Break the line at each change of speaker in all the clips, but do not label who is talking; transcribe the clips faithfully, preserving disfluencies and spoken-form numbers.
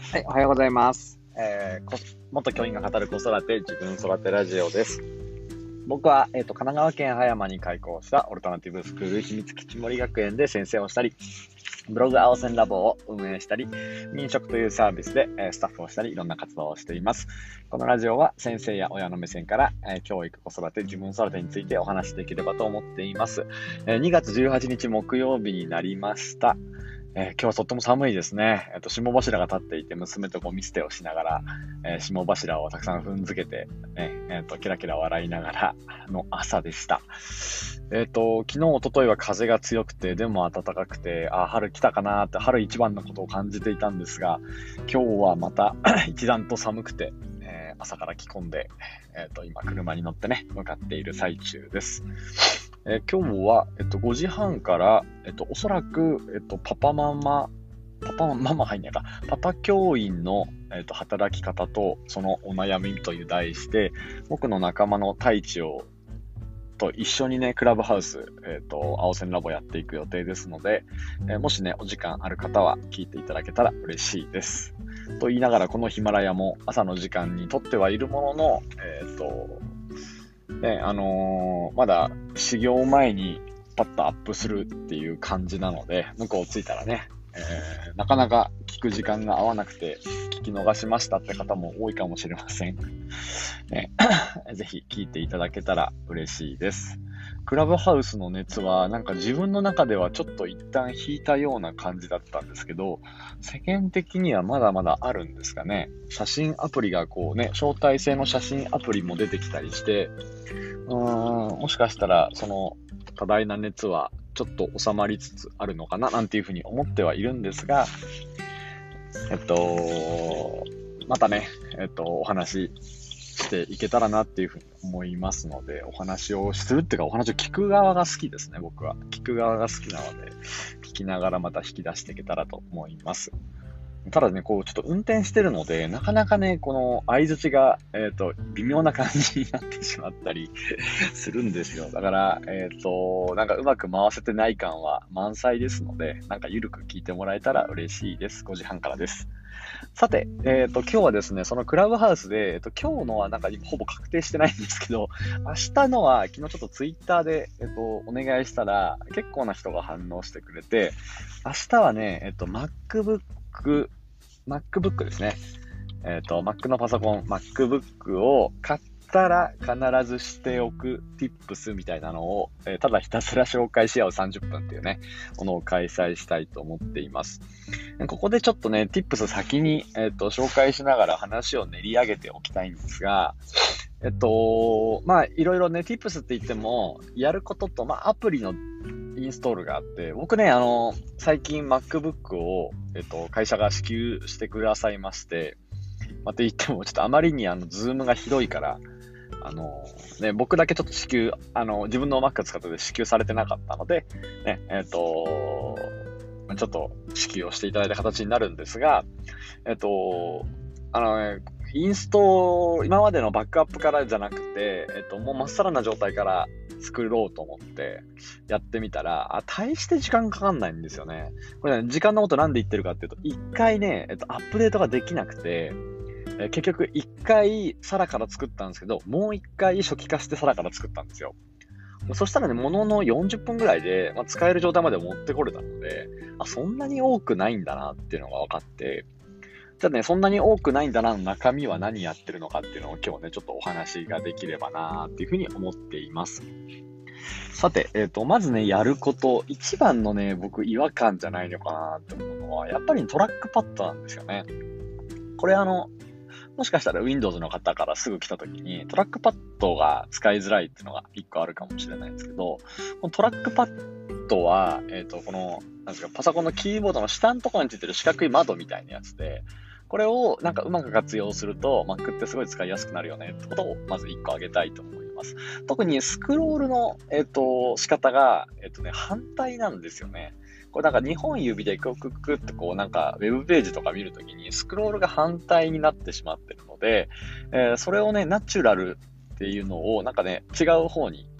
はい、おはようございます。えー、こ元教員が語る子育て自分育てラジオです。僕は、えーと、神奈川県葉山に開校したオルタナティブスクール秘密基地森学園で先生をしたり、ブログ青線ラボを運営したり、民食というサービスで、えースタッフをしたり、いろんな活動をしています。このラジオは先生や親の目線から、えー教育、子育て、自分育てについてお話しできればと思っています。えーにがつじゅうはちにち木曜日になりました。えー今日はとっても寒いですね。えっと、霜柱が立っていて、娘とゴミ捨てをしながら、えー霜柱をたくさん踏んづけて、ねえっと、キラキラ笑いながらの朝でした。えっと、昨日、一昨日は風が強くて、でも暖かくて、あ、春来たかなって、春一番のことを感じていたんですが、今日はまた一段と寒くて、えー朝から着込んで、えっと、今、車に乗ってね、向かっている最中です。えー今日は、えっと、ごじはんから、えっと、おそらく、えっと、パパママ、パパママ入んないか、パパ教員の、えっと、働き方とそのお悩みという題して、僕の仲間の太一をと一緒にね、クラブハウス、えっと、青線ラボやっていく予定ですので、えーもしね、お時間ある方は聞いていただけたら嬉しいです。と言いながら、このヒマラヤも朝の時間に撮ってはいるものの、えっと、ね、あのーまだ始業前にパッとアップするっていう感じなので、向こう着いたらね、えーなかなか聞く時間が合わなくて聞き逃しましたって方も多いかもしれません。ね、ぜひ聞いていただけたら嬉しいです。クラブハウスの熱はなんか自分の中ではちょっと一旦引いたような感じだったんですけど、世間的にはまだまだあるんですかね。写真アプリがこうね、招待制の写真アプリも出てきたりして、うーん、もしかしたらその多大な熱はちょっと収まりつつあるのかななんていうふうに思ってはいるんですが、えっと、またね、えっと、お話ししていけたらなっていうふうに思いますので、お話をするっていうか、お話を聞く側が好きですね、僕は。聞く側が好きなので、聞きながらまた引き出していけたらと思います。ただね、こう、ちょっと運転してるので、なかなかね、この相槌が、えっと、微妙な感じになってしまったりするんですよ。だから、えっと、なんかうまく回せてない感は満載ですので、なんかゆるく聞いてもらえたら嬉しいです。ごじはんからです。さて、えっと、今日はですね、そのクラブハウスで、えっと、今日のはなんかほぼ確定してないんですけど、明日のは昨日ちょっとツイッターで、えっと、お願いしたら、結構な人が反応してくれて、明日はね、えっと、MacBook、MacBook ですね。えっと、Mac のパソコン、MacBook を買ったら必ずしておく Tips みたいなのを、えーただひたすら紹介し合うさんじゅっぷんっていうね、ものを開催したいと思っています。ここでちょっとね、Tips 先に、えっと、紹介しながら話を練り上げておきたいんですが、えっと、まあ、いろいろね、Tips って言っても、やることと、まあ、アプリのインストールがあって、僕ね、あの、最近 MacBook を、えっと、会社が支給してくださいまして、まあ、って言っても、ちょっとあまりにあの、ズームがひどいから、あの、ね、僕だけちょっと支給、あの、自分の Mac 使ってて支給されてなかったので、ね、えっと、ちょっと支給をしていただいた形になるんですが、えっと、あのね、インスト、今までのバックアップからじゃなくて、えっと、もうまっさらな状態から作ろうと思ってやってみたら、あ、大して時間かかんないんですよね。これね、時間のことなんで言ってるかっていうと、一回ね、えっと、アップデートができなくて、えー結局一回サラから作ったんですけど、もう一回初期化してサラから作ったんですよ。そしたらね、もののよんじゅっぷんぐらいで、まあ、使える状態まで持ってこれたので、あ、そんなに多くないんだなっていうのが分かって、じゃあね、そんなに多くないんだなの中身は何やってるのかっていうのを今日ね、ちょっとお話ができればなっていうふうに思っています。さて、えっと、まずね、やること、一番のね、僕違和感じゃないのかなって思うのは、やっぱりトラックパッドなんですよね。これあの、もしかしたら Windows の方からすぐ来た時にトラックパッドが使いづらいっていうのが一個あるかもしれないんですけど、このトラックパッドは、えっと、この、なんですか、パソコンのキーボードの下のところについてる四角い窓みたいなやつで、これをなんかうまく活用すると Mac ってすごい使いやすくなるよねってことをまず一個挙げたいと思います。特にスクロールの、えっと、仕方が、えっとね、反対なんですよね。これなんかにほん指でクッククッってこうなんかウェブページとか見るときにスクロールが反対になってしまってるので、えーそれをね、ナチュラルっていうのをなんかね、違う方に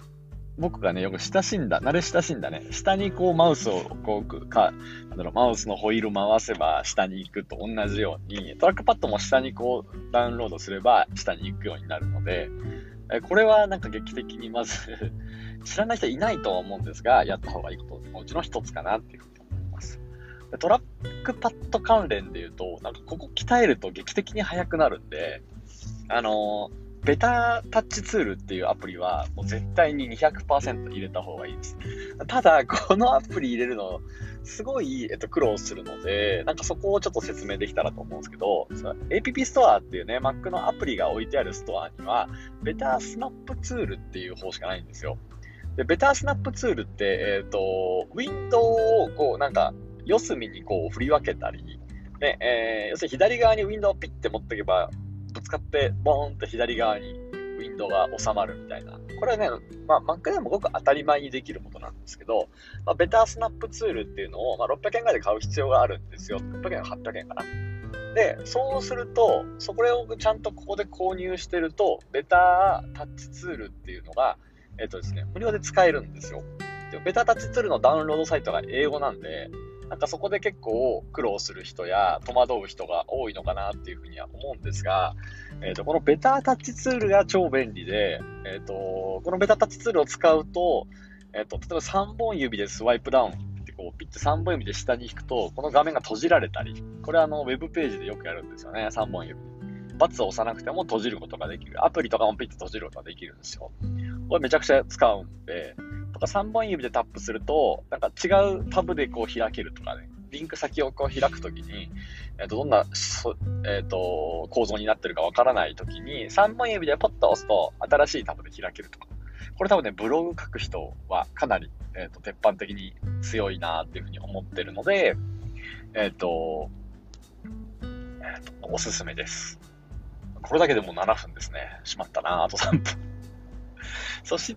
僕がね、よく親しんだ、慣れ親しんだね、下にこうマウスをこうか、なんだろう、マウスのホイール回せば下に行くと同じように、トラックパッドも下にこうダウンロードすれば下に行くようになるので、これはなんか劇的にまず知らない人いないとは思うんですが、やった方がいいことのうちの一つかなっていうふうに思います。でトラックパッド関連で言うと、なんかここ鍛えると劇的に速くなるんで、あのー、ベタタッチツールっていうアプリはもう絶対に にひゃくパーセント 入れた方がいいです。ただ、このアプリ入れるのすごい、えっと、苦労するので、なんかそこをちょっと説明できたらと思うんですけど、エーピーピー ストアっていうね、Mac のアプリが置いてあるストアには、ベタスナップツールっていう方しかないんですよ。で、ベタスナップツールって、えっと、ウィンドウをこう、なんか、四隅にこう振り分けたり、ね、えー、要するに左側にウィンドウをピッて持っていけば、ぶつかってボーンと左側にウィンドウが収まるみたいな。これはね、まあ、Mac でもごく当たり前にできることなんですけど、まあ、ベタスナップツールっていうのを、まあ、ろっぴゃくえんぐらいで買う必要があるんですよ。ろっぴゃくえんかはっぴゃくえんかな。で、そうすると、それをちゃんとここで購入してると、ベタタッチツールっていうのが、えっとですね、無料で使えるんですよ。でベタタッチツールのダウンロードサイトが英語なんで、なんかそこで結構苦労する人や戸惑う人が多いのかなっていうふうには思うんですが、えっと、このベタタッチツールが超便利で、えっと、このベタタッチツールを使うと、えっと、例えばさんぼん指でスワイプダウンってこうピッてさんぼん指で下に引くと、この画面が閉じられたり、これはあのウェブページでよくやるんですよね、さんぼん指。バツを押さなくても閉じることができる。アプリとかもピッて閉じることができるんですよ。これめちゃくちゃ使うんで、とかさんぼん指でタップすると、なんか違うタブでこう開けるとかね、リンク先をこう開くときに、えー、とどんな、えー、と構造になってるかわからないときに、さんぼん指でポッと押すと新しいタブで開けるとか。これ多分ね、ブログ書く人はかなり、えー、と鉄板的に強いなっていうふうに思ってるので、えっ、ー、と、えー、と、おすすめです。これだけでもうななふんですね。しまったな、あとさんぷん。そして、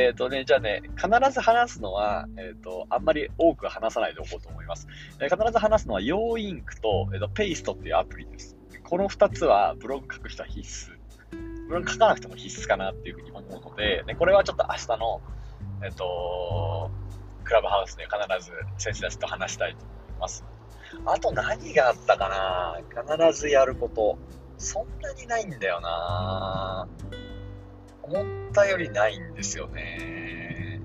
えっ、ー、とね、じゃあね、必ず話すのは、えっ、ー、と、あんまり多く話さないでおこうと思います。えー、必ず話すのは、ヨーインクと、えーと、ペイストっていうアプリです。このふたつは、ブログ書く人は必須。ブログ書かなくても必須かなっていうふうに思うので、ね、これはちょっと明日の、えっ、ー、と、クラブハウスで必ず先生たちと話したいと思います。あと何があったかな？必ずやること。そんなにないんだよな思ったよりないんですよね。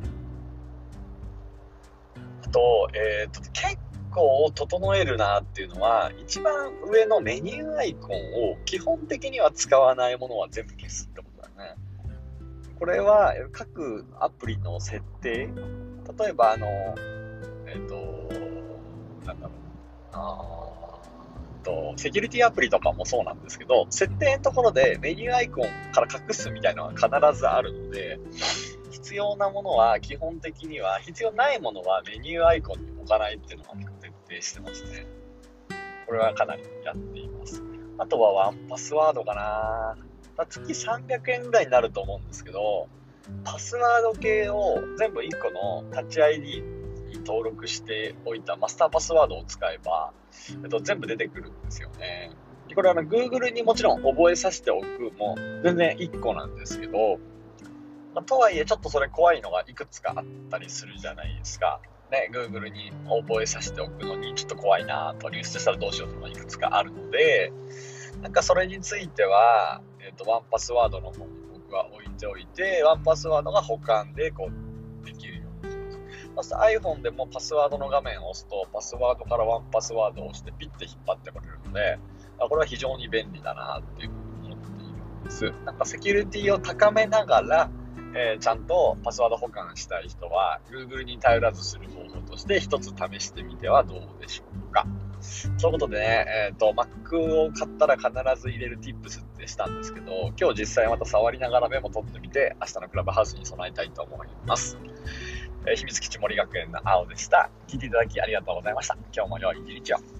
あと、えっと、結構整えるなっていうのは、一番上のメニューアイコンを基本的には使わないものは全部消すってことだね。これは各アプリの設定、例えばあの、えっと、なんだろう、あとセキュリティアプリとかもそうなんですけど、設定のところでメニューアイコンから隠すみたいなのは必ずあるので、必要なものは基本的には、必要ないものはメニューアイコンに置かないっていうのは徹底してますね。これはかなりやっています。あとはワンパスワードかな。月さんびゃくえんぐらいになると思うんですけど、パスワード系を全部いっこのタッチ アイディーに登録しておいたマスターパスワードを使えば、えっと、全部出てくるんですよね。これはあの Google にもちろん覚えさせておくも全然いっこなんですけど、まあ、とはいえちょっとそれ怖いのがいくつかあったりするじゃないですか。ね、Google に覚えさせておくのにちょっと怖いなと、流出したらどうしようとかいくつかあるので、なんかそれについては、えっと、ワンパスワードの方に僕は置いておいて、ワンパスワードが保管でこうできるようにします。iPhone でもパスワードの画面を押すと、パスワードからワンパスワードを押してピッて引っ張ってこれるので、これは非常に便利だなっていうふうに思っているんです。なんかセキュリティを高めながら、えー、ちゃんとパスワード保管したい人は Google に頼らずする方法として一つ試してみてはどうでしょうか。そういうことでね、えっと、Mac を買ったら必ず入れる Tips ってしたんですけど、今日実際また触りながらメモ取ってみて、明日のクラブハウスに備えたいと思います。えー、秘密基地森学園の青でした。聞いていただきありがとうございました。今日も良い一日を。